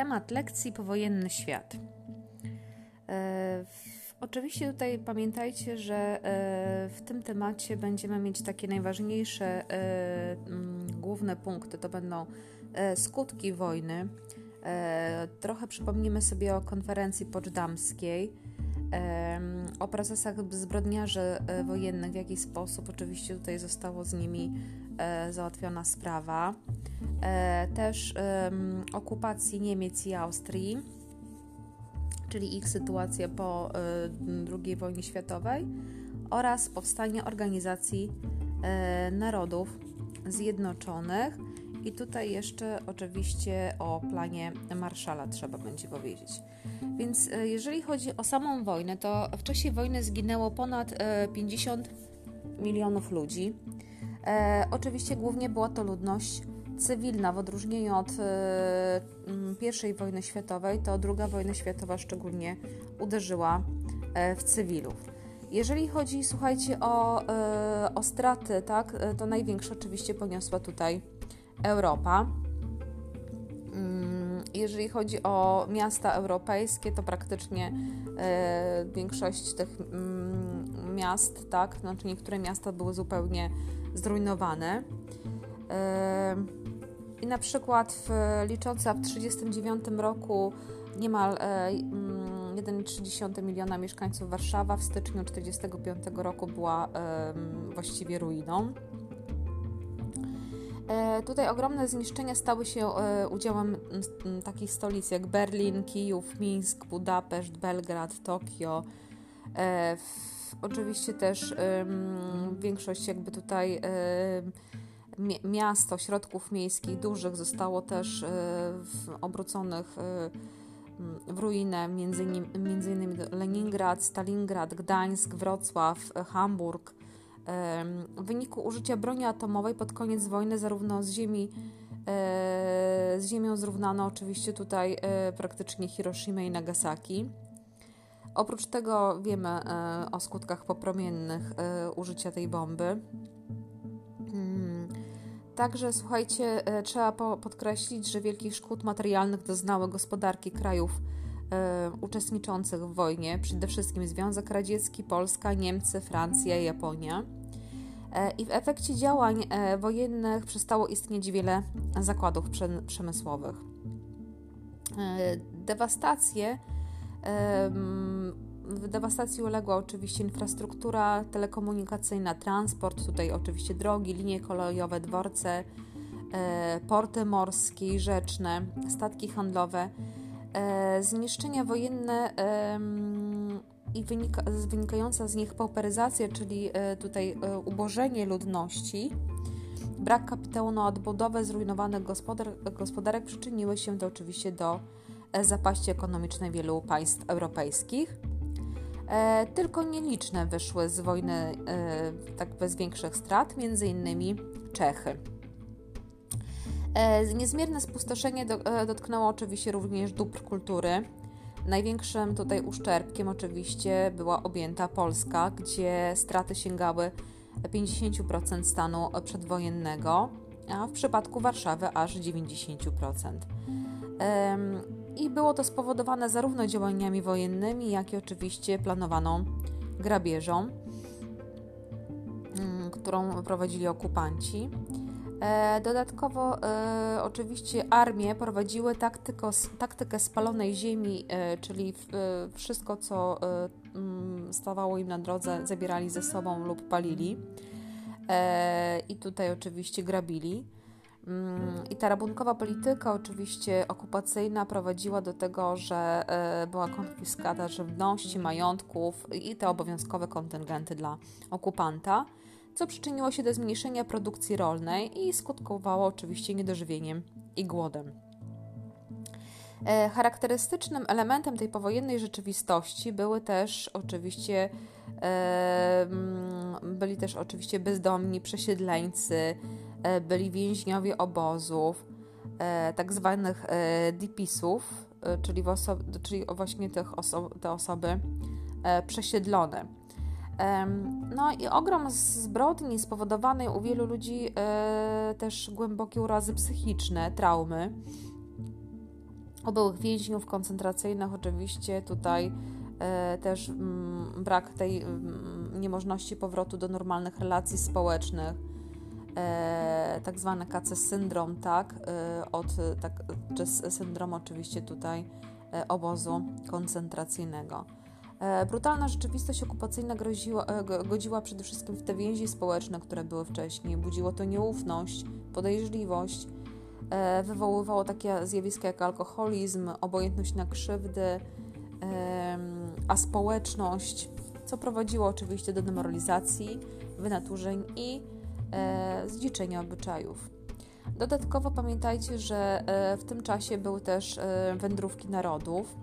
Temat lekcji: powojenny świat. Oczywiście tutaj pamiętajcie, że w tym temacie będziemy mieć takie najważniejsze główne punkty. To będą skutki wojny. Trochę przypomnimy sobie o konferencji poczdamskiej, o procesach zbrodniarzy wojennych, w jaki sposób oczywiście tutaj zostało z nimi załatwiona sprawa. Też okupacji Niemiec i Austrii, czyli ich sytuacja po II wojnie światowej, oraz powstanie Organizacji Narodów Zjednoczonych. I tutaj jeszcze oczywiście o planie Marshalla trzeba będzie powiedzieć. Więc jeżeli chodzi o samą wojnę, to w czasie wojny zginęło ponad 50 milionów ludzi. Oczywiście głównie była to ludność cywilna, w odróżnieniu od I wojny światowej, to II wojna światowa szczególnie uderzyła w cywilów. Jeżeli chodzi, słuchajcie, o straty, tak, to największe oczywiście poniosła tutaj Europa. Jeżeli chodzi o miasta europejskie, to praktycznie większość tych miast, tak, znaczy niektóre miasta były zupełnie zrujnowane. I na przykład licząca w 1939 roku niemal 1,3 miliona mieszkańców Warszawa w styczniu 1945 roku była właściwie ruiną. Tutaj ogromne zniszczenia stały się udziałem takich stolic jak Berlin, Kijów, Mińsk, Budapeszt, Belgrad, Tokio. Oczywiście też większość jakby tutaj miast, ośrodków miejskich dużych zostało też obróconych w ruinę, między innymi Leningrad, Stalingrad, Gdańsk, Wrocław, Hamburg. W wyniku użycia broni atomowej pod koniec wojny zarówno z ziemią zrównano oczywiście tutaj praktycznie Hiroshimę i Nagasaki. Oprócz tego wiemy o skutkach popromiennych użycia tej bomby. Także słuchajcie, trzeba podkreślić, że wielkich szkód materialnych doznały gospodarki krajów uczestniczących w wojnie, przede wszystkim Związek Radziecki, Polska, Niemcy, Francja i Japonia. I w efekcie działań wojennych przestało istnieć wiele zakładów przemysłowych. W dewastacji uległa oczywiście infrastruktura telekomunikacyjna, transport, tutaj oczywiście drogi, linie kolejowe, dworce, porty morskie i rzeczne, statki handlowe. Zniszczenia wojenne i wynikająca z nich pauperyzacja, czyli tutaj ubożenie ludności, brak kapitału na odbudowę zrujnowanych gospodarek przyczyniły się to oczywiście do zapaści ekonomicznej wielu państw europejskich. Tylko nieliczne wyszły z wojny tak bez większych strat, między innymi Czechy. Niezmierne spustoszenie dotknęło oczywiście również dóbr kultury. Największym tutaj uszczerbkiem oczywiście była objęta Polska, gdzie straty sięgały 50% stanu przedwojennego, a w przypadku Warszawy aż 90%. I było to spowodowane zarówno działaniami wojennymi, jak i oczywiście planowaną grabieżą, którą prowadzili okupanci. Dodatkowo oczywiście armie prowadziły taktykę spalonej ziemi, czyli wszystko, co stawało im na drodze, zabierali ze sobą lub palili. I tutaj oczywiście grabili. I ta rabunkowa polityka oczywiście okupacyjna prowadziła do tego, że była konfiskata żywności, majątków i te obowiązkowe kontyngenty dla okupanta, co przyczyniło się do zmniejszenia produkcji rolnej i skutkowało oczywiście niedożywieniem i głodem. Charakterystycznym elementem tej powojennej rzeczywistości byli też oczywiście bezdomni, przesiedleńcy, byli więźniowie obozów, tak zwanych DPS-ów, czyli właśnie te osoby przesiedlone. No i ogrom zbrodni spowodowanej u wielu ludzi też głębokie urazy psychiczne, traumy. U byłych więźniów koncentracyjnych oczywiście tutaj też brak tej niemożności powrotu do normalnych relacji społecznych, tak zwany KC syndrom, tak, czy syndrom oczywiście tutaj obozu koncentracyjnego. Brutalna rzeczywistość okupacyjna godziła przede wszystkim w te więzi społeczne, które były wcześniej. Budziło to nieufność, podejrzliwość, wywoływało takie zjawiska jak alkoholizm, obojętność na krzywdy, aspołeczność, co prowadziło oczywiście do demoralizacji, wynaturzeń i zdziczenia obyczajów. Dodatkowo pamiętajcie, że w tym czasie były też wędrówki narodów,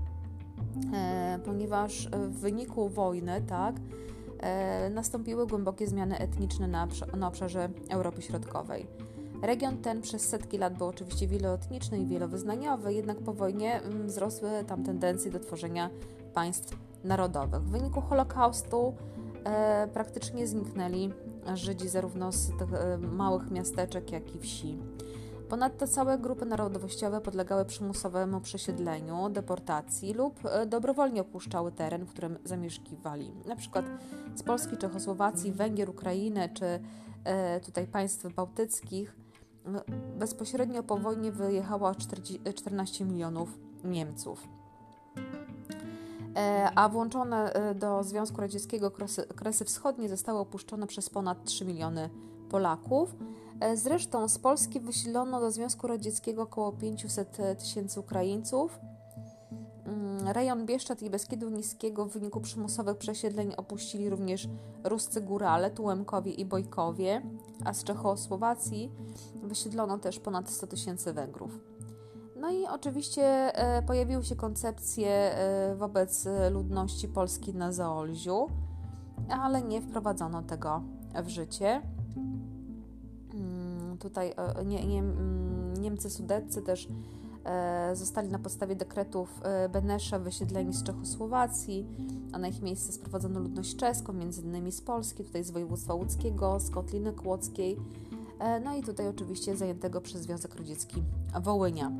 ponieważ w wyniku wojny, tak, nastąpiły głębokie zmiany etniczne na obszarze Europy Środkowej. Region ten przez setki lat był oczywiście wieloetniczny i wielowyznaniowy, jednak po wojnie wzrosły tam tendencje do tworzenia państw narodowych. W wyniku Holokaustu praktycznie zniknęli Żydzi zarówno z tych małych miasteczek, jak i wsi. Ponadto całe grupy narodowościowe podlegały przymusowemu przesiedleniu, deportacji lub dobrowolnie opuszczały teren, w którym zamieszkiwali. Na przykład z Polski, Czechosłowacji, Węgier, Ukrainy czy tutaj państw bałtyckich bezpośrednio po wojnie wyjechało 14 milionów Niemców. A włączone do Związku Radzieckiego Kresy Wschodnie zostały opuszczone przez ponad 3 miliony Polaków. Zresztą z Polski wysiedlono do Związku Radzieckiego około 500 tysięcy Ukraińców. Rejon Bieszczad i Beskidu Niskiego w wyniku przymusowych przesiedleń opuścili również ruscy górale, Tułemkowie i Bojkowie, a z Czechosłowacji wysiedlono też ponad 100 tysięcy Węgrów. No i oczywiście pojawiły się koncepcje wobec ludności polskiej na Zaolziu, ale nie wprowadzono tego w życie. Tutaj Niemcy sudeccy też zostali na podstawie dekretów Benesza wysiedleni z Czechosłowacji, a na ich miejsce sprowadzono ludność czeską, m.in. z Polski, tutaj z województwa łódzkiego, z Kotliny Kłodzkiej, no i tutaj oczywiście zajętego przez Związek Radziecki Wołynia.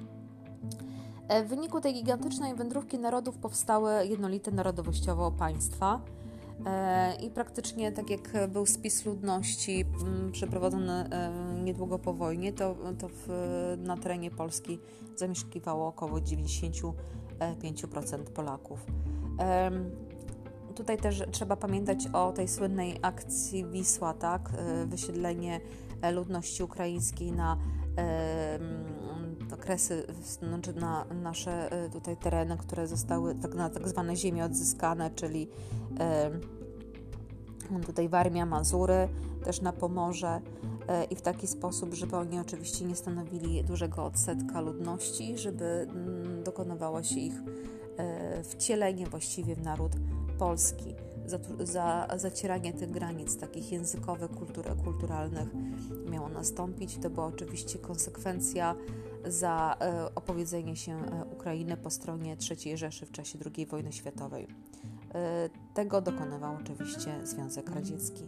W wyniku tej gigantycznej wędrówki narodów powstały jednolite narodowościowo państwa i praktycznie tak jak był spis ludności przeprowadzony niedługo po wojnie, to na terenie Polski zamieszkiwało około 95% Polaków. Tutaj też trzeba pamiętać o tej słynnej akcji Wisła, tak? Wysiedlenie ludności ukraińskiej na okresy, znaczy na nasze tutaj tereny, które zostały na tak zwane ziemie odzyskane, czyli tutaj Warmia, Mazury, też na Pomorze i w taki sposób, żeby oni oczywiście nie stanowili dużego odsetka ludności, żeby dokonywało się ich wcielenie właściwie w naród polski. Za zacieranie tych granic takich językowych, kulturalnych miało nastąpić. To była oczywiście konsekwencja za opowiedzenie się Ukrainy po stronie III Rzeszy w czasie II wojny światowej. Tego dokonywał oczywiście Związek Radziecki.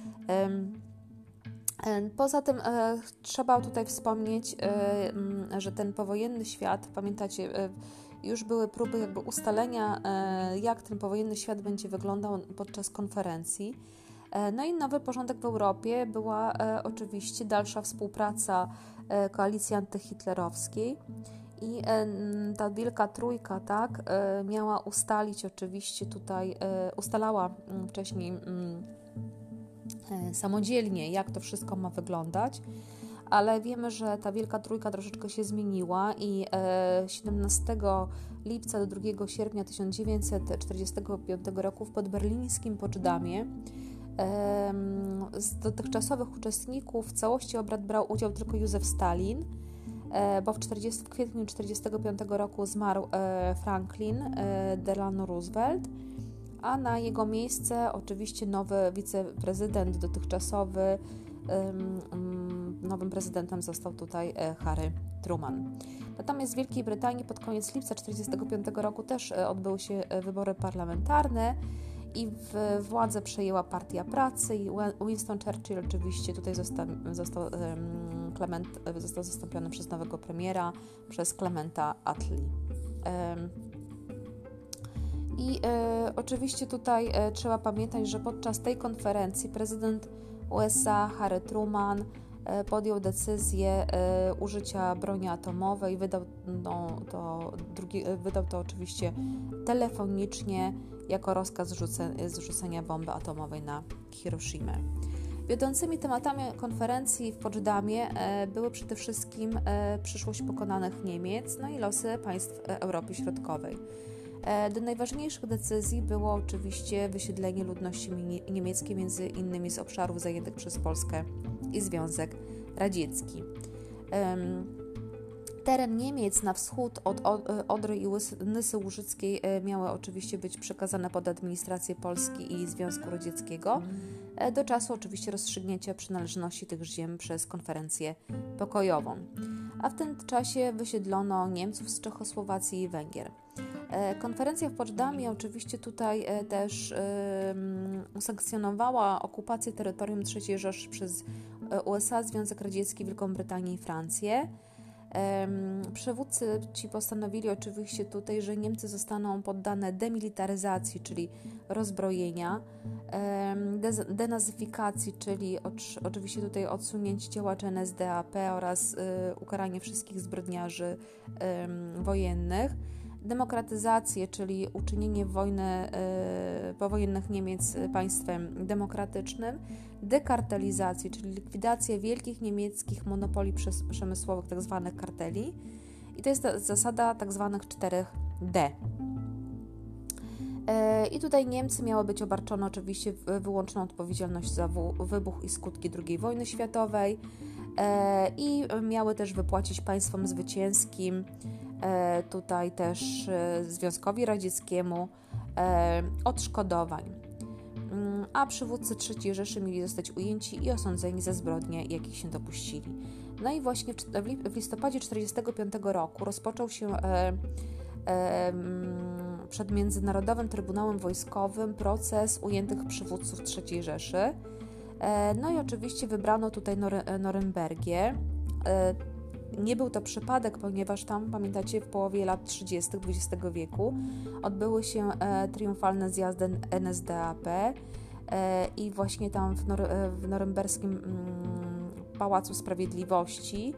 Poza tym trzeba tutaj wspomnieć, że ten powojenny świat, pamiętacie, już były próby jakby ustalenia, jak ten powojenny świat będzie wyglądał podczas konferencji. No i nowy porządek w Europie była oczywiście dalsza współpraca koalicji antyhitlerowskiej i ta Wielka Trójka, tak, miała ustalić oczywiście tutaj, ustalała wcześniej samodzielnie, jak to wszystko ma wyglądać, ale wiemy, że ta Wielka Trójka troszeczkę się zmieniła i 17 lipca do 2 sierpnia 1945 roku w podberlińskim Poczdamie z dotychczasowych uczestników w całości obrad brał udział tylko Józef Stalin, bo w kwietniu 1945 roku zmarł Franklin Delano Roosevelt, a na jego miejsce oczywiście nowy wiceprezydent dotychczasowy, nowym prezydentem został tutaj Harry Truman. Natomiast w Wielkiej Brytanii pod koniec lipca 1945 roku też odbyły się wybory parlamentarne i władzę przejęła Partia Pracy i Winston Churchill oczywiście tutaj został zastąpiony przez nowego premiera, przez Clementa Attlee. I oczywiście tutaj trzeba pamiętać, że podczas tej konferencji prezydent USA Harry Truman podjął decyzję użycia broni atomowej, wydał to oczywiście telefonicznie jako rozkaz zrzucenia bomby atomowej na Hiroshimę. Wiodącymi tematami konferencji w Poczdamie były przede wszystkim przyszłość pokonanych Niemiec, no i losy państw Europy Środkowej. Do najważniejszych decyzji było oczywiście wysiedlenie ludności niemieckiej, między innymi z obszarów zajętych przez Polskę i Związek Radziecki. Teren Niemiec na wschód od Odry i Nysy Łużyckiej miały oczywiście być przekazane pod administrację Polski i Związku Radzieckiego do czasu oczywiście rozstrzygnięcia przynależności tych ziem przez konferencję pokojową. A w tym czasie wysiedlono Niemców z Czechosłowacji i Węgier. Konferencja w Poczdamie oczywiście tutaj też usankcjonowała okupację terytorium III Rzeszy przez USA, Związek Radziecki, Wielką Brytanię i Francję. Przywódcy ci postanowili oczywiście tutaj, że Niemcy zostaną poddane demilitaryzacji, czyli rozbrojenia, denazyfikacji, czyli oczywiście tutaj odsunięcie działaczy NSDAP oraz ukaranie wszystkich zbrodniarzy wojennych, demokratyzację, czyli uczynienie powojennych Niemiec państwem demokratycznym, dekartelizację, czyli likwidację wielkich niemieckich monopoli przemysłowych, tzw. karteli. I to jest zasada tzw. 4D. I tutaj Niemcy miały być obarczone oczywiście wyłączną odpowiedzialność za wybuch i skutki II wojny światowej i miały też wypłacić państwom zwycięskim, tutaj też Związkowi Radzieckiemu, odszkodowań. A przywódcy III Rzeszy mieli zostać ujęci i osądzeni za zbrodnie, jakich się dopuścili. No i właśnie w listopadzie 1945 roku rozpoczął się przed Międzynarodowym Trybunałem Wojskowym proces ujętych przywódców III Rzeszy. No i oczywiście wybrano tutaj Norymbergię. Nie był to przypadek, ponieważ tam, pamiętacie, w połowie lat 30. XX wieku odbyły się triumfalne zjazdy NSDAP i właśnie tam w norymberskim Pałacu Sprawiedliwości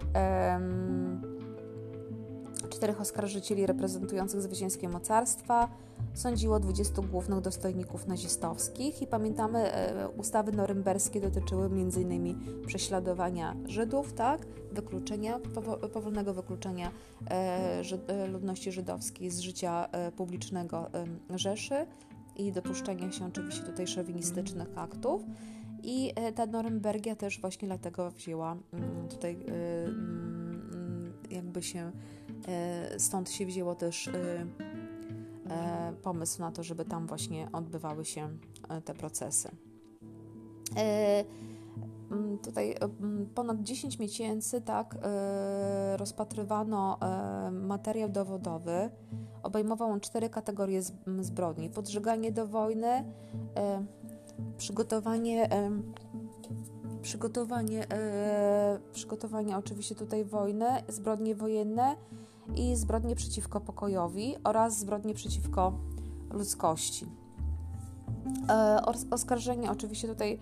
4 oskarżycieli reprezentujących zwycięskie mocarstwa sądziło 20 głównych dostojników nazistowskich i pamiętamy, ustawy norymberskie dotyczyły m.in. prześladowania Żydów, tak, powolnego wykluczenia ludności żydowskiej z życia publicznego Rzeszy i dopuszczenia się oczywiście tutaj szowinistycznych aktów. I ta Norymbergia też właśnie dlatego wzięła tutaj jakby się stąd się wzięło też pomysł na to, żeby tam właśnie odbywały się te procesy. Tutaj ponad 10 miesięcy tak rozpatrywano materiał dowodowy. Obejmował on 4 kategorie zbrodni: podżeganie do wojny, przygotowanie oczywiście tutaj wojny, zbrodnie wojenne i zbrodnie przeciwko pokojowi oraz zbrodnie przeciwko ludzkości. Oskarżeni oczywiście tutaj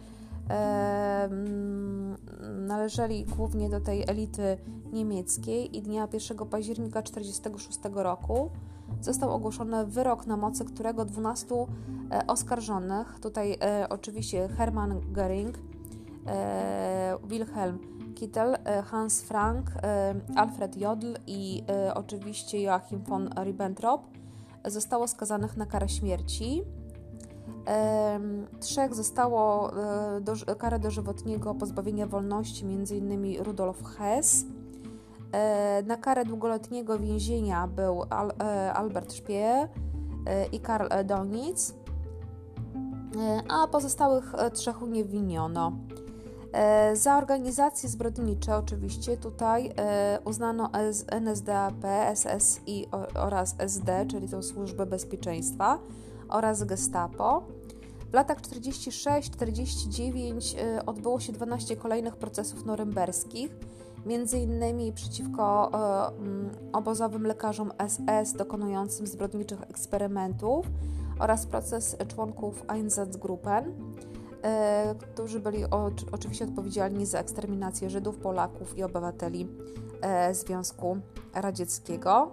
należeli głównie do tej elity niemieckiej i dnia 1 października 1946 roku został ogłoszony wyrok, na mocy którego 12 oskarżonych, tutaj oczywiście Hermann Göring, Wilhelm Kittel, Hans Frank, Alfred Jodl i oczywiście Joachim von Ribbentrop, zostało skazanych na karę śmierci. 3 zostało karę dożywotniego pozbawienia wolności, m.in. Rudolf Hess. Na karę długoletniego więzienia był Albert Speer i Karl Donitz, a pozostałych 3 uniewinniono. Za organizacje zbrodnicze oczywiście tutaj uznano NSDAP, SS oraz SD, czyli to Służbę Bezpieczeństwa, oraz Gestapo. W latach 46-49 odbyło się 12 kolejnych procesów norymberskich, między innymi przeciwko obozowym lekarzom SS dokonującym zbrodniczych eksperymentów oraz proces członków Einsatzgruppen, którzy byli oczywiście odpowiedzialni za eksterminację Żydów, Polaków i obywateli Związku Radzieckiego.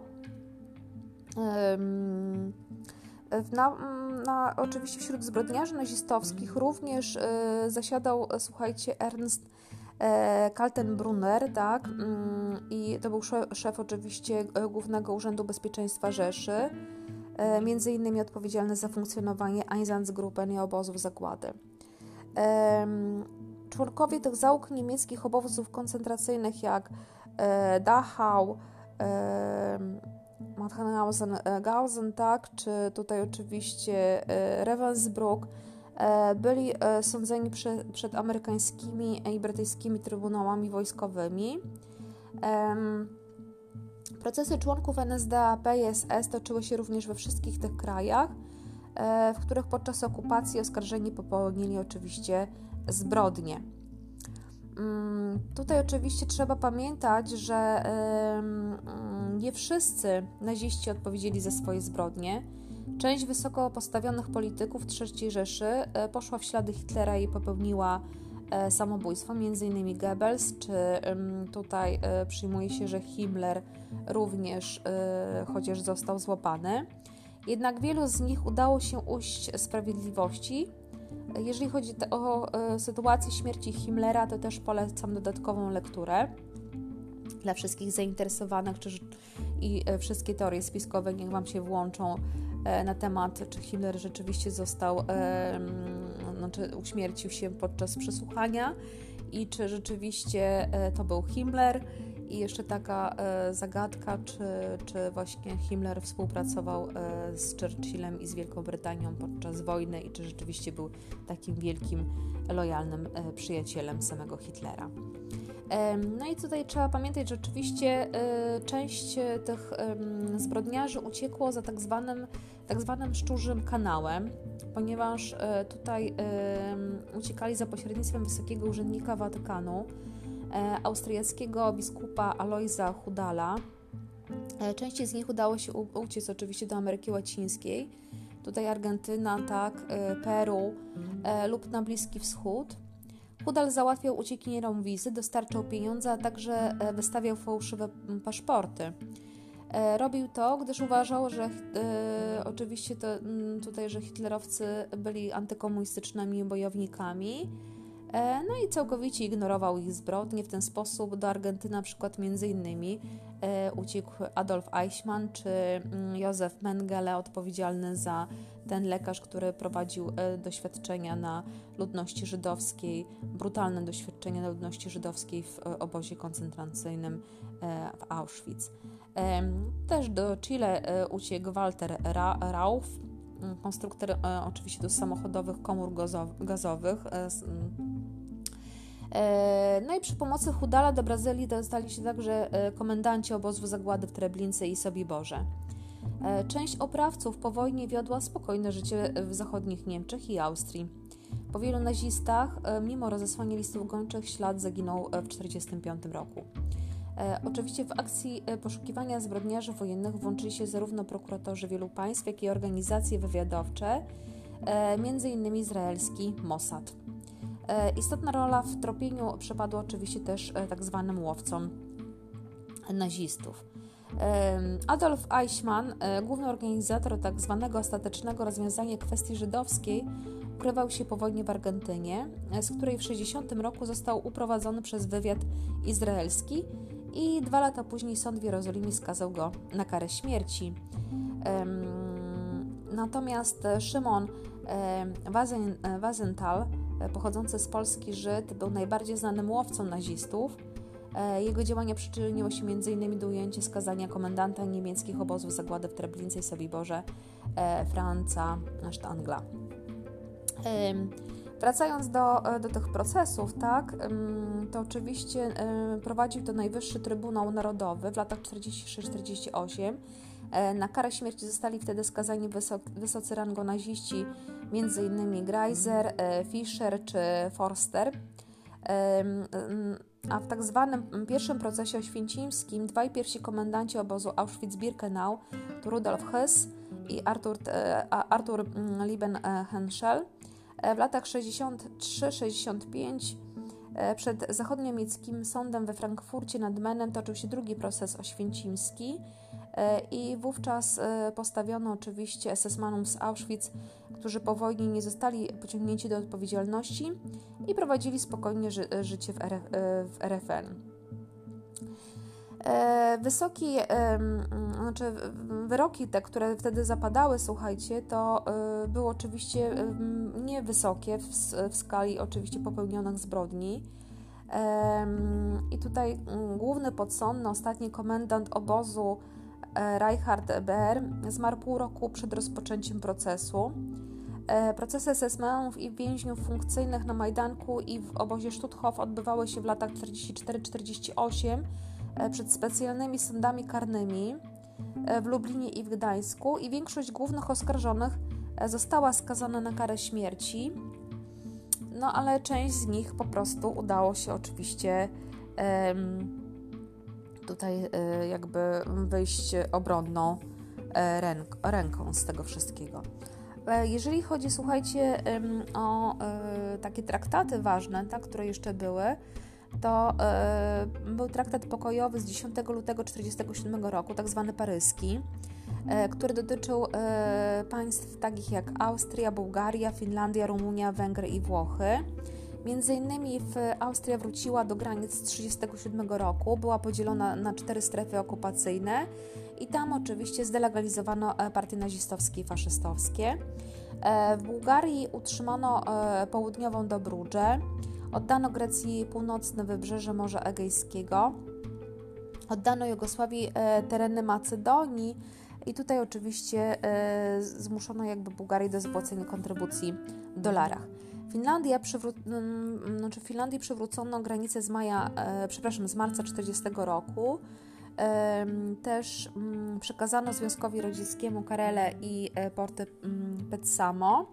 Oczywiście wśród zbrodniarzy nazistowskich również zasiadał, słuchajcie, Ernst Kaltenbrunner, tak? I to był szef oczywiście Głównego Urzędu Bezpieczeństwa Rzeszy, między innymi odpowiedzialny za funkcjonowanie Einsatzgruppen i obozów zagłady. Członkowie tych załóg niemieckich obozów koncentracyjnych jak Dachau, Mauthausen, tak, czy tutaj oczywiście Ravensbrück, byli sądzeni przed amerykańskimi i brytyjskimi trybunałami wojskowymi. Procesy członków NSDAP i SS toczyły się również we wszystkich tych krajach, w których podczas okupacji oskarżeni popełnili oczywiście zbrodnie. Tutaj oczywiście trzeba pamiętać, że nie wszyscy naziści odpowiedzieli za swoje zbrodnie. Część wysoko postawionych polityków III Rzeszy poszła w ślady Hitlera i popełniła samobójstwo, m.in. Goebbels, czy tutaj przyjmuje się, że Himmler również, chociaż został złapany. Jednak wielu z nich udało się ujść sprawiedliwości. Jeżeli chodzi o sytuację śmierci Himmlera, to też polecam dodatkową lekturę dla wszystkich zainteresowanych i wszystkie teorie spiskowe niech Wam się włączą na temat, czy Himmler rzeczywiście uśmiercił się podczas przesłuchania i czy rzeczywiście to był Himmler. I jeszcze taka zagadka, czy właśnie Himmler współpracował z Churchillem i z Wielką Brytanią podczas wojny i czy rzeczywiście był takim wielkim, lojalnym przyjacielem samego Hitlera. No i tutaj trzeba pamiętać, że oczywiście część tych zbrodniarzy uciekło za tak zwanym Szczurzym Kanałem, ponieważ tutaj uciekali za pośrednictwem wysokiego urzędnika Watykanu, austriackiego biskupa Alojza Hudala. Części z nich udało się uciec oczywiście do Ameryki Łacińskiej, tutaj Argentyna, tak, Peru lub na Bliski Wschód. Hudal załatwiał uciekinierom wizy, dostarczał pieniądze, a także wystawiał fałszywe paszporty. Robił to, gdyż uważał, że oczywiście że hitlerowcy byli antykomunistycznymi bojownikami, no i całkowicie ignorował ich zbrodnie. W ten sposób do Argentyny na przykład między innymi uciekł Adolf Eichmann czy Józef Mengele, odpowiedzialny za ten lekarz, który prowadził doświadczenia na ludności żydowskiej, brutalne doświadczenia na ludności żydowskiej w obozie koncentracyjnym w Auschwitz. Też do Chile uciekł Walter Rauff, konstruktor oczywiście do samochodowych komór gazowych. No i przy pomocy Hudala do Brazylii dostali się także komendanci obozów zagłady w Treblince i Sobiborze. Część oprawców po wojnie wiodła spokojne życie w zachodnich Niemczech i Austrii. Po wielu nazistach, mimo rozesłania listów gończych, ślad zaginął w 1945 roku. Oczywiście w akcji poszukiwania zbrodniarzy wojennych włączyli się zarówno prokuratorzy wielu państw, jak i organizacje wywiadowcze, m.in. izraelski Mossad. Istotna rola w tropieniu przypadła oczywiście też tak zwanym łowcom nazistów. Adolf Eichmann, główny organizator tak zwanego ostatecznego rozwiązania kwestii żydowskiej, ukrywał się po wojnie w Argentynie, z której w 1960 roku został uprowadzony przez wywiad izraelski i 2 lata później sąd w Jerozolimie skazał go na karę śmierci. Natomiast Szymon Wazental, pochodzący z Polski Żyd, był najbardziej znanym łowcą nazistów. Jego działania przyczyniło się m.in. do ujęcia skazania komendanta niemieckich obozów zagłady w Treblince i Sobiborze, Franza Stangla. Wracając do tych procesów, tak, to oczywiście prowadził to Najwyższy Trybunał Narodowy w latach 46-48, Na karę śmierci zostali wtedy skazani wysocy rangą naziści, m.in. Greiser, Fischer czy Forster. A w tak zwanym pierwszym procesie oświęcimskim dwaj pierwsi komendanci obozu Auschwitz-Birkenau, to Rudolf Hess i Arthur Liebenhenschel, w latach 63-65 przed zachodnioniemieckim sądem we Frankfurcie nad Menem toczył się drugi proces oświęcimski i wówczas postawiono oczywiście SS-manów z Auschwitz, którzy po wojnie nie zostali pociągnięci do odpowiedzialności i prowadzili spokojnie życie w RFN. Wyroki te, które wtedy zapadały, słuchajcie, to były oczywiście niewysokie w skali oczywiście popełnionych zbrodni. I tutaj główny podsądny, ostatni komendant obozu Reinhard Beer zmarł pół roku przed rozpoczęciem procesu. Procesy SS-manów i więźniów funkcyjnych na Majdanku i w obozie Stutthof odbywały się w latach 44-48 przed specjalnymi sądami karnymi w Lublinie i w Gdańsku i większość głównych oskarżonych została skazana na karę śmierci, no ale część z nich po prostu udało się oczywiście tutaj jakby wyjść obronną ręką z tego wszystkiego. Jeżeli chodzi, słuchajcie, o takie traktaty ważne, tak, które jeszcze były, to był traktat pokojowy z 10 lutego 1947 roku, tak zwany paryski, który dotyczył państw takich jak Austria, Bułgaria, Finlandia, Rumunia, Węgry i Włochy. Między innymi Austria wróciła do granic z 1937 roku, była podzielona na 4 strefy okupacyjne i tam oczywiście zdelegalizowano partie nazistowskie i faszystowskie. W Bułgarii utrzymano południową Dobrudżę, oddano Grecji północne wybrzeże Morza Egejskiego, oddano Jugosławii tereny Macedonii i tutaj oczywiście zmuszono jakby Bułgarię do zapłacenia kontrybucji w dolarach. W Finlandii przywrócono granicę z marca 1940 roku. Też przekazano Związkowi Radzieckiemu Karele i porty Petsamo.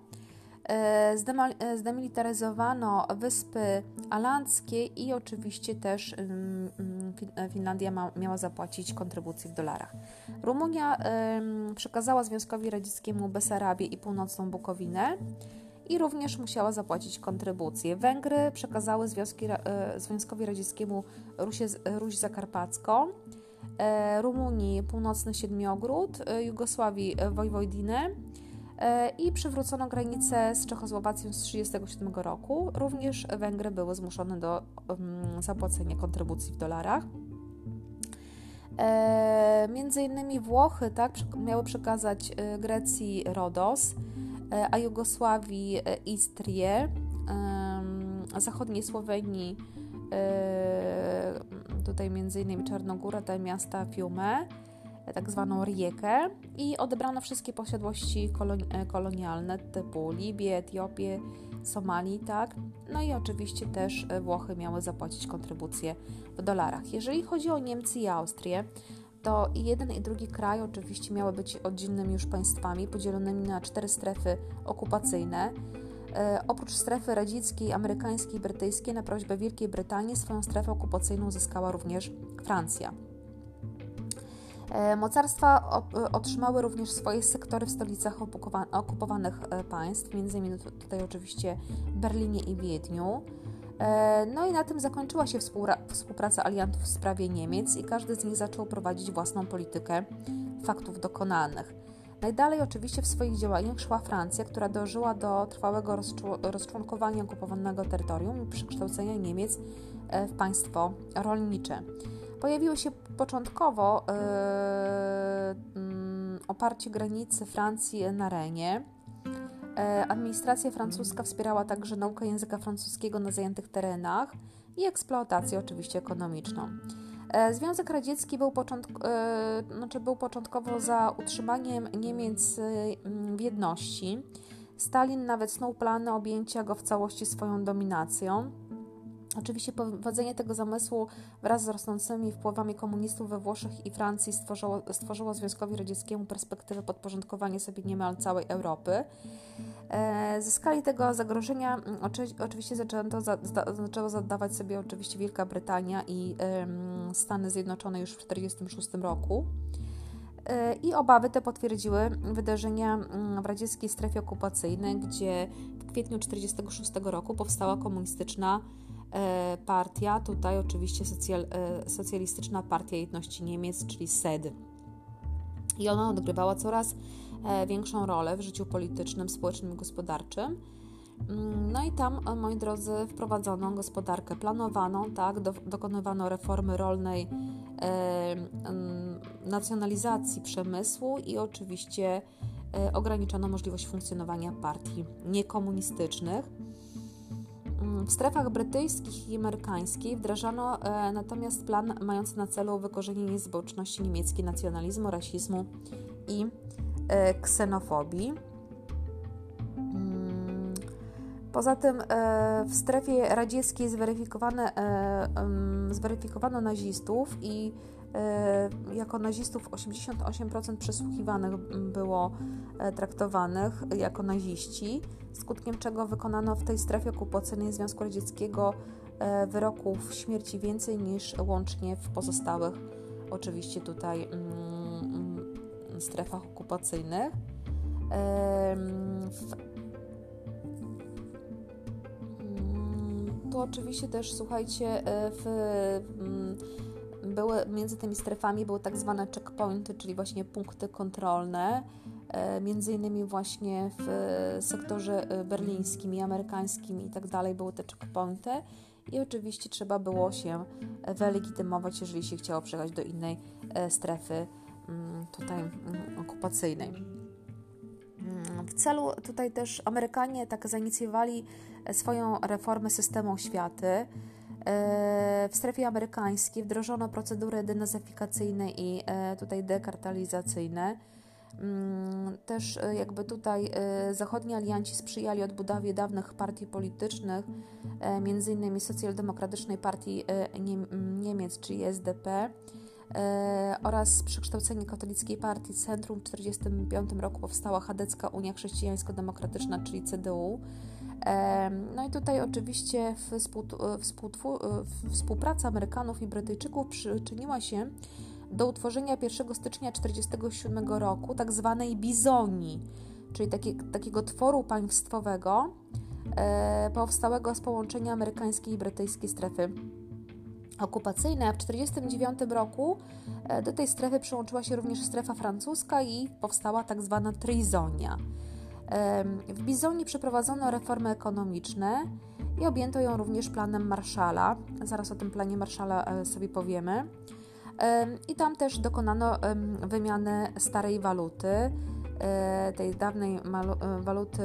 Zdemilitaryzowano Wyspy Alandzkie i oczywiście też Finlandia miała zapłacić kontrybucje w dolarach. Rumunia przekazała Związkowi Radzieckiemu Besarabię i północną Bukowinę i również musiała zapłacić kontrybucje. Węgry przekazały Związkowi Radzieckiemu Ruś Zakarpacką, Rumunii północny Siedmiogród, Jugosławii Wojwodinę i przywrócono granicę z Czechosłowacją z 1937 roku. Również Węgry były zmuszone do zapłacenia kontrybucji w dolarach. Między innymi Włochy miały przekazać Grecji Rodos, a Jugosławii Istrię, zachodniej Słowenii tutaj między innymi Czarnogórę, te miasta Fiume, tak zwaną Rijekę i odebrano wszystkie posiadłości kolonialne typu Libię, Etiopię, Somalii, tak? No i oczywiście też Włochy miały zapłacić kontrybucje w dolarach. Jeżeli chodzi o Niemcy i Austrię, to i jeden i drugi kraj oczywiście miały być oddzielnymi już państwami, podzielonymi na 4 strefy okupacyjne. Oprócz strefy radzieckiej, amerykańskiej i brytyjskiej na prośbę Wielkiej Brytanii swoją strefę okupacyjną uzyskała również Francja. Mocarstwa otrzymały również swoje sektory w stolicach okupowanych państw, m.in. tutaj oczywiście w Berlinie i Wiedniu. No i na tym zakończyła się współpraca aliantów w sprawie Niemiec i każdy z nich zaczął prowadzić własną politykę faktów dokonanych. Najdalej oczywiście w swoich działaniach szła Francja, która dążyła do trwałego rozczłonkowania okupowanego terytorium i przekształcenia Niemiec w państwo rolnicze. Pojawiło się początkowo oparcie granicy Francji na Renie. Administracja francuska wspierała także naukę języka francuskiego na zajętych terenach i eksploatację oczywiście ekonomiczną. Związek Radziecki był początkowo za utrzymaniem Niemiec w jedności. Stalin nawet snuł plany objęcia go w całości swoją dominacją. Oczywiście powodzenie tego zamysłu wraz z rosnącymi wpływami komunistów we Włoszech i Francji stworzyło Związkowi Radzieckiemu perspektywę podporządkowania sobie niemal całej Europy. Ze skali tego zagrożenia oczywiście zaczęło zadawać sobie oczywiście Wielka Brytania i Stany Zjednoczone już w 1946 roku. I obawy te potwierdziły wydarzenia w radzieckiej strefie okupacyjnej, gdzie w kwietniu 1946 roku powstała komunistyczna partia, tutaj oczywiście Socjalistyczna Partia Jedności Niemiec, czyli SED. I ona odgrywała coraz większą rolę w życiu politycznym, społecznym i gospodarczym. No i tam, moi drodzy, wprowadzono gospodarkę planowaną, tak, dokonywano reformy rolnej, nacjonalizacji przemysłu i oczywiście ograniczono możliwość funkcjonowania partii niekomunistycznych. W strefach brytyjskich i amerykańskich wdrażano natomiast plan mający na celu wykorzenienie zboczności niemieckiej, nacjonalizmu, rasizmu i ksenofobii. Poza tym w strefie radzieckiej zweryfikowano nazistów i jako nazistów 88% przesłuchiwanych było traktowanych jako naziści, skutkiem czego wykonano w tej strefie okupacyjnej Związku Radzieckiego wyroków śmierci więcej niż łącznie w pozostałych oczywiście tutaj strefach okupacyjnych. Tu oczywiście też, słuchajcie, były między tymi strefami były tak zwane checkpointy, czyli właśnie punkty kontrolne, między innymi właśnie w sektorze berlińskim i amerykańskim i tak dalej były te checkpointy i oczywiście trzeba było się wylegitymować, jeżeli się chciało przyjechać do innej strefy tutaj okupacyjnej. W celu tutaj też Amerykanie tak zainicjowali swoją reformę systemu oświaty. W strefie amerykańskiej wdrożono procedury denazyfikacyjne i tutaj dekartalizacyjne. Też jakby tutaj zachodni alianci sprzyjali odbudowie dawnych partii politycznych, m.in. Socjaldemokratycznej Partii Niemiec, czyli SDP, oraz przekształcenie katolickiej partii Centrum. W 1945 roku powstała Chadecka Unia Chrześcijańsko-Demokratyczna, czyli CDU. No i tutaj oczywiście współpraca Amerykanów i Brytyjczyków przyczyniła się do utworzenia 1 stycznia 1947 roku tak zwanej bizonii, czyli takiego tworu państwowego powstałego z połączenia amerykańskiej i brytyjskiej strefy okupacyjnej, a w 1949 roku do tej strefy przyłączyła się również strefa francuska i powstała tak zwana trizonia. W Bizonii przeprowadzono reformy ekonomiczne i objęto ją również planem Marshalla. Zaraz o tym planie Marshalla sobie powiemy. I tam też dokonano wymiany starej waluty, tej dawnej waluty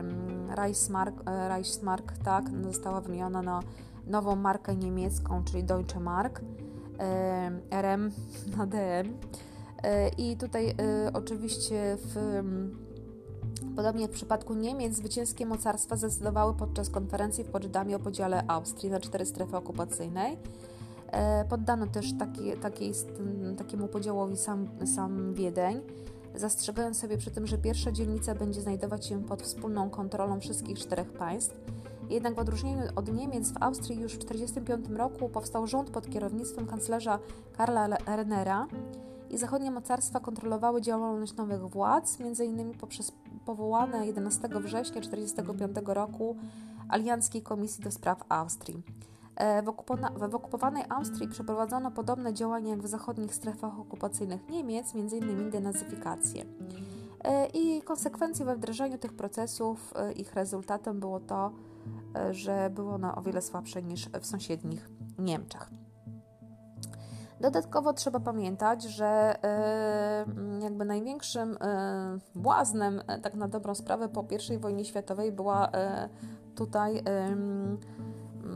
Reichsmark, tak, została wymieniona na nową markę niemiecką, czyli Deutsche Mark, RM na DM. I tutaj oczywiście podobnie jak w przypadku Niemiec, zwycięskie mocarstwa zdecydowały podczas konferencji w Poczdamie o podziale Austrii na 4 strefy okupacyjnej. Poddano też takiemu podziałowi sam Wiedeń, zastrzegając sobie przy tym, że pierwsza dzielnica będzie znajdować się pod wspólną kontrolą wszystkich 4 państw. Jednak w odróżnieniu od Niemiec w Austrii już w 1945 roku powstał rząd pod kierownictwem kanclerza Karla Renera i zachodnie mocarstwa kontrolowały działalność nowych władz, m.in. poprzez powołane 11 września 1945 roku Alianckiej Komisji do Spraw Austrii. W okupowanej Austrii przeprowadzono podobne działania jak w zachodnich strefach okupacyjnych Niemiec, m.in. denazyfikację. I konsekwencje we wdrażaniu tych procesów, ich rezultatem było to, że było one o wiele słabsze niż w sąsiednich Niemczech. Dodatkowo trzeba pamiętać, że jakby największym błaznem, tak na dobrą sprawę, po I wojnie światowej była tutaj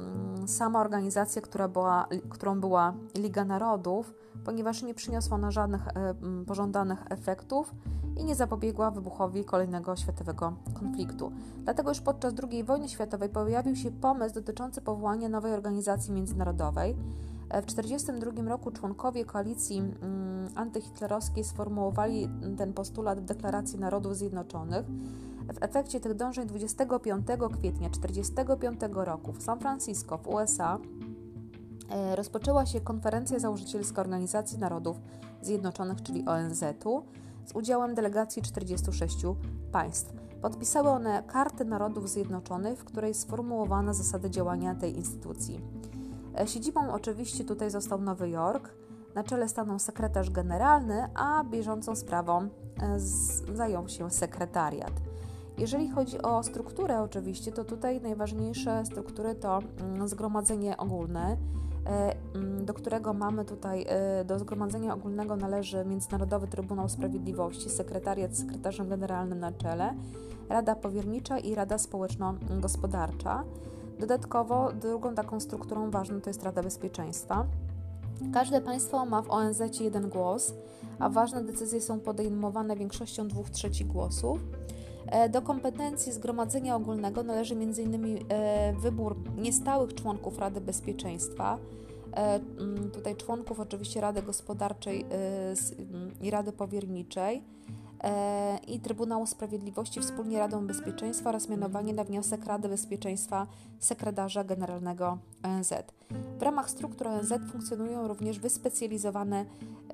sama organizacja, którą była Liga Narodów, ponieważ nie przyniosła ona żadnych pożądanych efektów i nie zapobiegła wybuchowi kolejnego światowego konfliktu. Dlatego już podczas II wojny światowej pojawił się pomysł dotyczący powołania nowej organizacji międzynarodowej. W 1942 roku członkowie koalicji antyhitlerowskiej sformułowali ten postulat w Deklaracji Narodów Zjednoczonych. W efekcie tych dążeń 25 kwietnia 1945 roku w San Francisco w USA rozpoczęła się konferencja założycielska Organizacji Narodów Zjednoczonych, czyli ONZ-u, z udziałem delegacji 46 państw. Podpisały one Kartę Narodów Zjednoczonych, w której sformułowano zasady działania tej instytucji. Siedzibą oczywiście tutaj został Nowy Jork, na czele stanął sekretarz generalny, a bieżącą sprawą zajął się sekretariat. Jeżeli chodzi o strukturę oczywiście, to tutaj najważniejsze struktury to Zgromadzenie Ogólne, do którego mamy tutaj, do Zgromadzenia Ogólnego należy Międzynarodowy Trybunał Sprawiedliwości, sekretariat z sekretarzem generalnym na czele, Rada Powiernicza i Rada Społeczno-Gospodarcza. Dodatkowo drugą taką strukturą ważną to jest Rada Bezpieczeństwa. Każde państwo ma w ONZ jeden głos, a ważne decyzje są podejmowane większością 2/3 głosów. Do kompetencji Zgromadzenia Ogólnego należy m.in. wybór niestałych członków Rady Bezpieczeństwa, tutaj członków oczywiście Rady Gospodarczej i Rady Powierniczej i Trybunału Sprawiedliwości wspólnie Radą Bezpieczeństwa oraz mianowanie na wniosek Rady Bezpieczeństwa sekretarza generalnego ONZ. W ramach struktur ONZ funkcjonują również wyspecjalizowane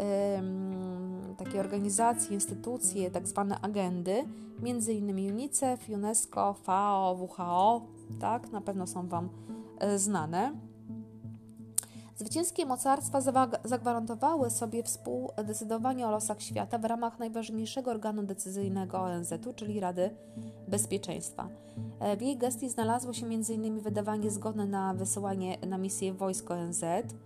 takie organizacje, instytucje, tak zwane agendy, między innymi UNICEF, UNESCO, FAO, WHO, tak, na pewno są Wam znane. Zwycięskie mocarstwa zagwarantowały sobie współdecydowanie o losach świata w ramach najważniejszego organu decyzyjnego ONZ-u, czyli Rady Bezpieczeństwa. W jej gestii znalazło się m.in. wydawanie zgody na wysyłanie na misję wojsk ONZ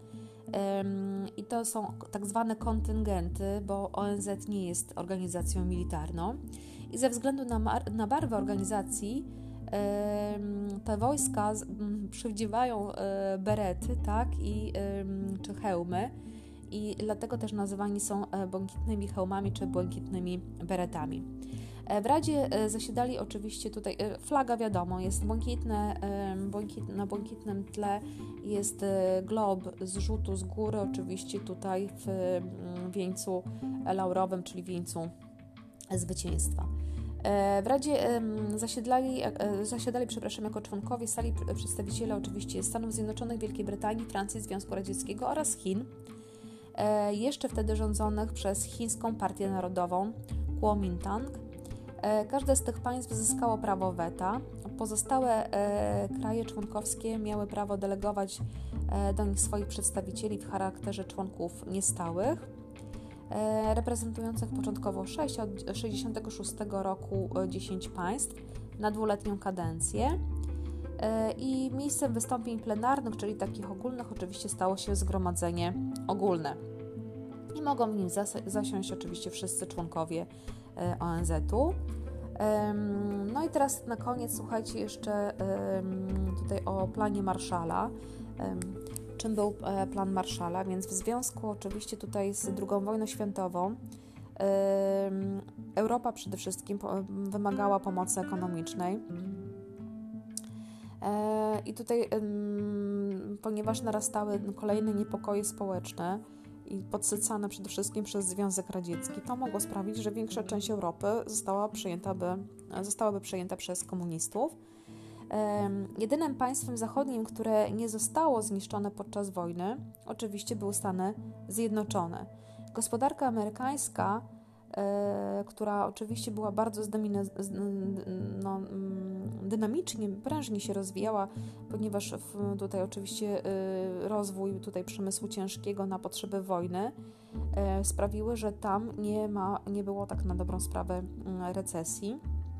i to są tak zwane kontyngenty, bo ONZ nie jest organizacją militarną i ze względu na barwę organizacji te wojska przywdziewają berety, tak, czy hełmy i dlatego też nazywani są błękitnymi hełmami czy błękitnymi beretami. W Radzie zasiadali oczywiście tutaj, flaga wiadomo, jest na błękitnym tle jest glob zrzutu z góry, oczywiście tutaj w wieńcu laurowym, czyli wieńcu zwycięstwa. W Radzie zasiadali jako członkowie sali przedstawiciele oczywiście Stanów Zjednoczonych, Wielkiej Brytanii, Francji, Związku Radzieckiego oraz Chin, jeszcze wtedy rządzonych przez Chińską Partię Narodową Kuomintang. Każde z tych państw zyskało prawo weta. Pozostałe kraje członkowskie miały prawo delegować do nich swoich przedstawicieli w charakterze członków niestałych, reprezentujących początkowo 6, od 1966 roku 10 państw na 2-letnią kadencję. I miejscem wystąpień plenarnych, czyli takich ogólnych, oczywiście stało się Zgromadzenie Ogólne. I mogą w nim zasiąść oczywiście wszyscy członkowie ONZ-u. No i teraz na koniec słuchajcie jeszcze tutaj o planie Marshalla. Czym był plan Marshalla? Więc w związku oczywiście tutaj z II wojną światową Europa przede wszystkim wymagała pomocy ekonomicznej. I tutaj, ponieważ narastały kolejne niepokoje społeczne i podsycane przede wszystkim przez Związek Radziecki, to mogło sprawić, że większa część Europy zostałaby przejęta przez komunistów. Jedynym państwem zachodnim, które nie zostało zniszczone podczas wojny, oczywiście były Stany Zjednoczone. Gospodarka amerykańska, która oczywiście była bardzo dynamicznie, prężnie się rozwijała, ponieważ tutaj oczywiście rozwój tutaj przemysłu ciężkiego na potrzeby wojny sprawiły, że tam nie było tak na dobrą sprawę recesji.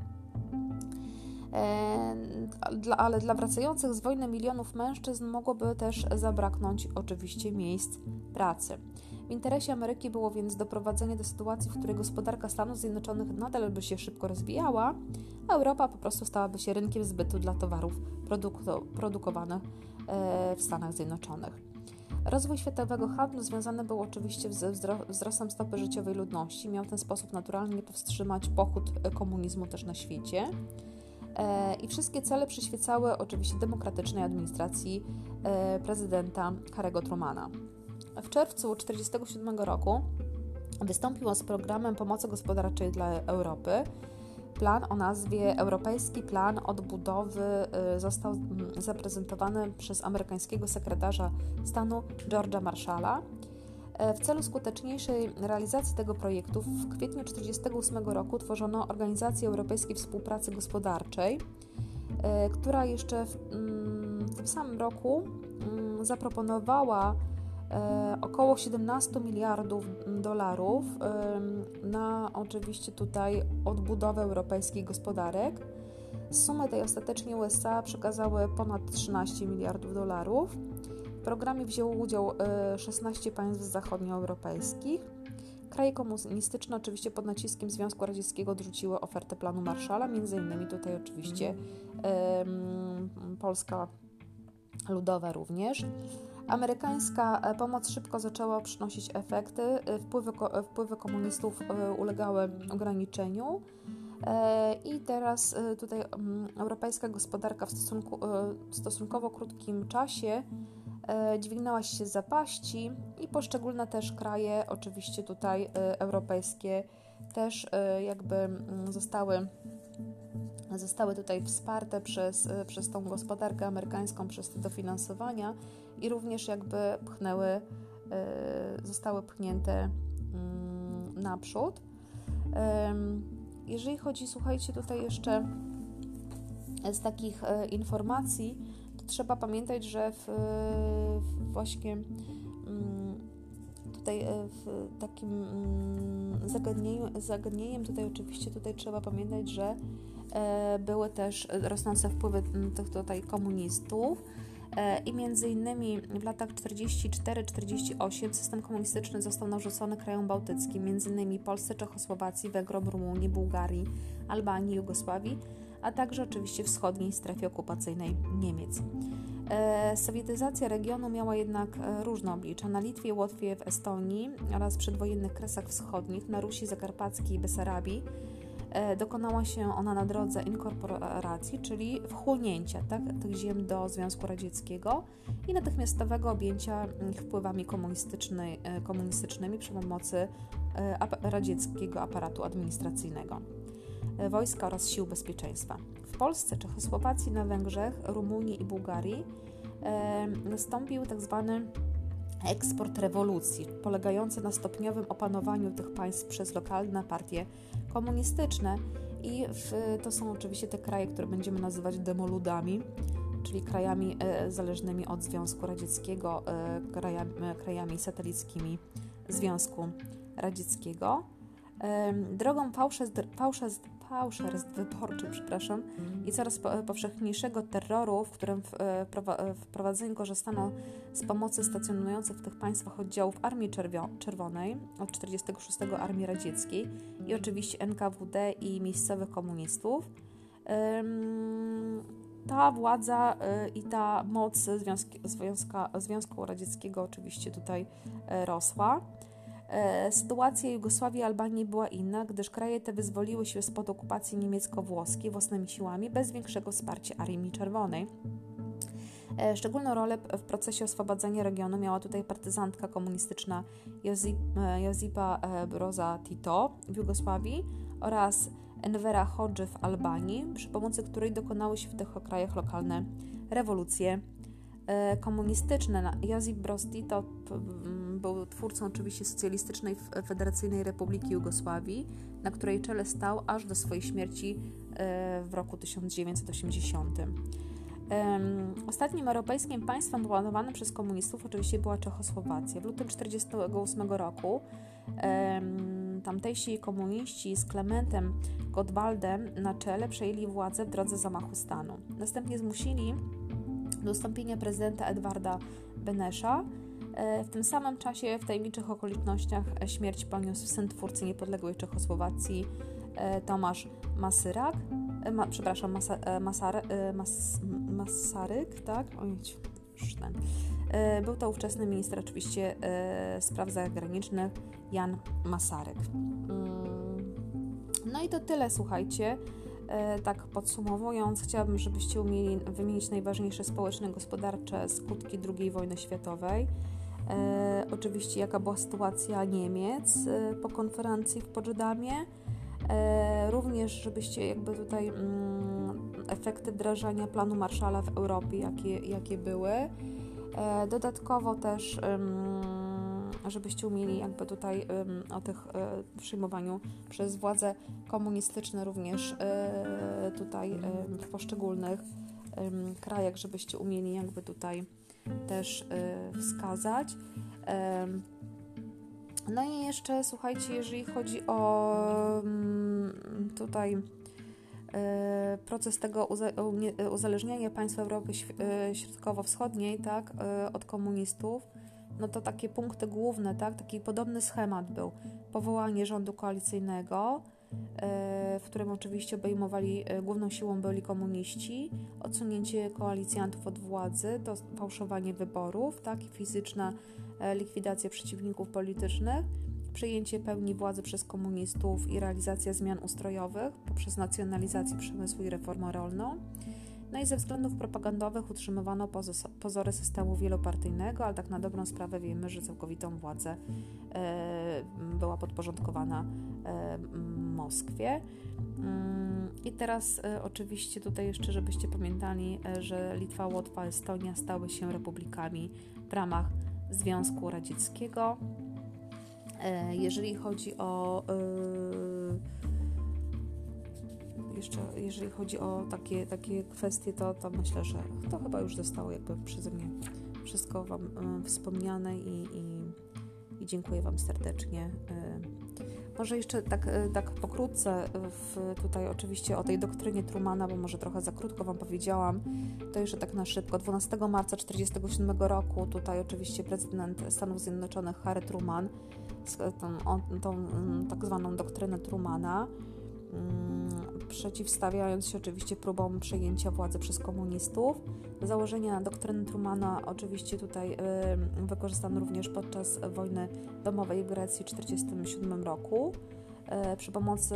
Ale dla wracających z wojny milionów mężczyzn mogłoby też zabraknąć oczywiście miejsc pracy. W interesie Ameryki było więc doprowadzenie do sytuacji, w której gospodarka Stanów Zjednoczonych nadal by się szybko rozwijała, a Europa po prostu stałaby się rynkiem zbytu dla towarów produkowanych w Stanach Zjednoczonych. Rozwój światowego handlu związany był oczywiście ze wzrostem stopy życiowej ludności. Miał w ten sposób naturalnie powstrzymać pochód komunizmu też na świecie. I wszystkie cele przyświecały oczywiście demokratycznej administracji prezydenta Harry'ego Trumana. W czerwcu 1947 roku wystąpił z programem pomocy gospodarczej dla Europy. Plan o nazwie Europejski Plan Odbudowy został zaprezentowany przez amerykańskiego sekretarza stanu George'a Marshalla. W celu skuteczniejszej realizacji tego projektu w kwietniu 1948 roku tworzono Organizację Europejskiej Współpracy Gospodarczej, która jeszcze w tym samym roku zaproponowała około 17 miliardów dolarów na oczywiście tutaj odbudowę europejskich gospodarek. Z sumy tej ostatecznie USA przekazały ponad 13 miliardów dolarów. W programie wzięło udział 16 państw zachodnioeuropejskich. Kraje komunistyczne oczywiście pod naciskiem Związku Radzieckiego odrzuciły ofertę planu Marshalla, między innymi tutaj oczywiście Polska Ludowa również. Amerykańska pomoc szybko zaczęła przynosić efekty, wpływy komunistów ulegały ograniczeniu i teraz tutaj europejska gospodarka w stosunkowo krótkim czasie dźwignęła się z zapaści i poszczególne też kraje, oczywiście tutaj europejskie, też jakby zostały tutaj wsparte przez tą gospodarkę amerykańską, przez te dofinansowania i również jakby zostały pchnięte naprzód. Jeżeli chodzi, słuchajcie, tutaj jeszcze z takich informacji, to trzeba pamiętać, że właśnie tutaj w takim zagadnieniem tutaj oczywiście tutaj trzeba pamiętać, że były też rosnące wpływy tych tutaj komunistów i między innymi w latach 44-48 system komunistyczny został narzucony krajom bałtyckim, między innymi Polsce, Czechosłowacji, Węgrom, Rumunii, Bułgarii, Albanii, Jugosławii, a także oczywiście wschodniej strefie okupacyjnej Niemiec. Sowietyzacja regionu miała jednak różne oblicza. Na Litwie, Łotwie, w Estonii oraz przedwojennych Kresach Wschodnich, na Rusi Zakarpackiej i Besarabii dokonała się ona na drodze inkorporacji, czyli wchłonięcia tych ziem do Związku Radzieckiego i natychmiastowego objęcia ich wpływami komunistycznymi przy pomocy radzieckiego aparatu administracyjnego, wojska oraz sił bezpieczeństwa. W Polsce, Czechosłowacji, na Węgrzech, Rumunii i Bułgarii nastąpił tzw. eksport rewolucji, polegający na stopniowym opanowaniu tych państw przez lokalne partie komunistyczne i to są oczywiście te kraje, które będziemy nazywać demoludami, czyli krajami zależnymi od Związku Radzieckiego, krajami satelickimi Związku Radzieckiego. Drogą fałszerstw wyborczych, i coraz powszechniejszego terroru, w którym w prowadzeniu korzystano z pomocy stacjonujących w tych państwach oddziałów Armii Czerwonej od 1946 Armii Radzieckiej i oczywiście NKWD i miejscowych komunistów. Ta władza i ta moc Związku Radzieckiego oczywiście tutaj rosła. Sytuacja Jugosławii i Albanii była inna, gdyż kraje te wyzwoliły się spod okupacji niemiecko-włoskiej własnymi siłami bez większego wsparcia Armii Czerwonej. Szczególną rolę w procesie oswobadzania regionu miała tutaj partyzantka komunistyczna Josipa Broza Tito w Jugosławii oraz Envera Hodży w Albanii, przy pomocy której dokonały się w tych krajach lokalne rewolucje komunistyczne. Josip Broz Tito był twórcą oczywiście Socjalistycznej Federacyjnej Republiki Jugosławii, na której czele stał aż do swojej śmierci w roku 1980. Ostatnim europejskim państwem opanowanym przez komunistów oczywiście była Czechosłowacja. W lutym 1948 roku tamtejsi komuniści z Klementem Gottwaldem na czele przejęli władzę w drodze zamachu stanu. Następnie zmusili do ustąpienia prezydenta Edwarda Benesza. W tym samym czasie, w tajemniczych okolicznościach, śmierć poniósł syn twórcy niepodległej Czechosłowacji, Tomasz Masaryk, tak? Był to ówczesny minister oczywiście spraw zagranicznych Jan Masaryk. No i to tyle, słuchajcie. Tak podsumowując, chciałabym, żebyście umieli wymienić najważniejsze społeczno-gospodarcze skutki II wojny światowej. Oczywiście jaka była sytuacja Niemiec po konferencji w Poczdamie. Również, żebyście jakby tutaj efekty wdrażania planu Marshalla w Europie, jakie były. Dodatkowo też, żebyście umieli jakby tutaj o tych przyjmowaniu przez władze komunistyczne również tutaj w poszczególnych krajach, żebyście umieli jakby tutaj też wskazać. No i jeszcze, słuchajcie, jeżeli chodzi o tutaj proces tego uzależniania państw Europy Środkowo-Wschodniej, tak, od komunistów, no to takie punkty główne, tak, taki podobny schemat był. Powołanie rządu koalicyjnego, w którym oczywiście główną siłą byli komuniści, odsunięcie koalicjantów od władzy, to fałszowanie wyborów, tak, i fizyczna likwidacja przeciwników politycznych, przejęcie pełni władzy przez komunistów i realizacja zmian ustrojowych poprzez nacjonalizację przemysłu i reformę rolną. No i ze względów propagandowych utrzymywano pozory systemu wielopartyjnego, ale tak na dobrą sprawę wiemy, że całkowitą władzę była podporządkowana Moskwie. I teraz oczywiście tutaj jeszcze, żebyście pamiętali, że Litwa, Łotwa, Estonia stały się republikami w ramach Związku Radzieckiego. Jeżeli chodzi o jeżeli chodzi o takie kwestie, to myślę, że to chyba już zostało jakby przeze mnie wszystko Wam wspomniane i dziękuję Wam serdecznie. Może jeszcze tak pokrótce tutaj oczywiście o tej doktrynie Trumana, bo może trochę za krótko Wam powiedziałam, to jeszcze tak na szybko. 12 marca 1947 roku tutaj oczywiście prezydent Stanów Zjednoczonych Harry Truman tą tak zwaną doktrynę Trumana, przeciwstawiając się oczywiście próbom przejęcia władzy przez komunistów. Założenia doktryny Trumana oczywiście tutaj wykorzystano również podczas wojny domowej w Grecji w 1947 roku. Przy pomocy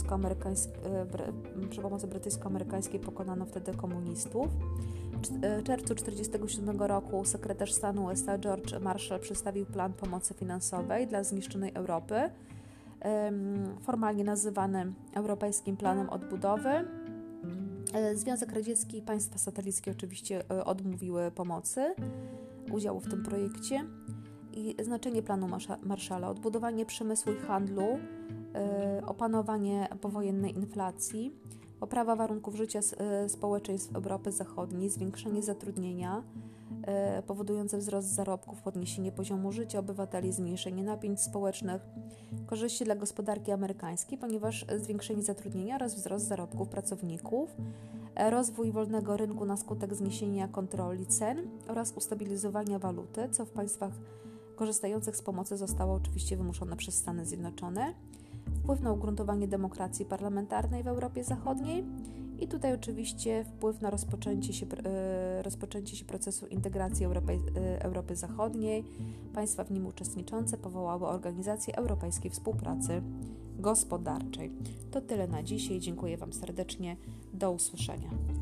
brytyjsko-amerykańskiej pokonano wtedy komunistów. W czerwcu 1947 roku sekretarz stanu USA George Marshall przedstawił plan pomocy finansowej dla zniszczonej Europy, formalnie nazywany Europejskim Planem Odbudowy. Związek Radziecki i państwa satelickie oczywiście odmówiły udziału w tym projekcie. I znaczenie planu Marshalla: odbudowanie przemysłu i handlu, opanowanie powojennej inflacji, poprawa warunków życia społeczeństw Europy Zachodniej, zwiększenie zatrudnienia powodujące wzrost zarobków, podniesienie poziomu życia obywateli, zmniejszenie napięć społecznych, korzyści dla gospodarki amerykańskiej, ponieważ zwiększenie zatrudnienia oraz wzrost zarobków pracowników, rozwój wolnego rynku na skutek zniesienia kontroli cen oraz ustabilizowania waluty, co w państwach korzystających z pomocy zostało oczywiście wymuszone przez Stany Zjednoczone, wpływ na ugruntowanie demokracji parlamentarnej w Europie Zachodniej i tutaj oczywiście wpływ na rozpoczęcie się procesu integracji Europy Zachodniej. Państwa w nim uczestniczące powołały Organizację Europejskiej Współpracy Gospodarczej. To tyle na dzisiaj. Dziękuję Wam serdecznie. Do usłyszenia.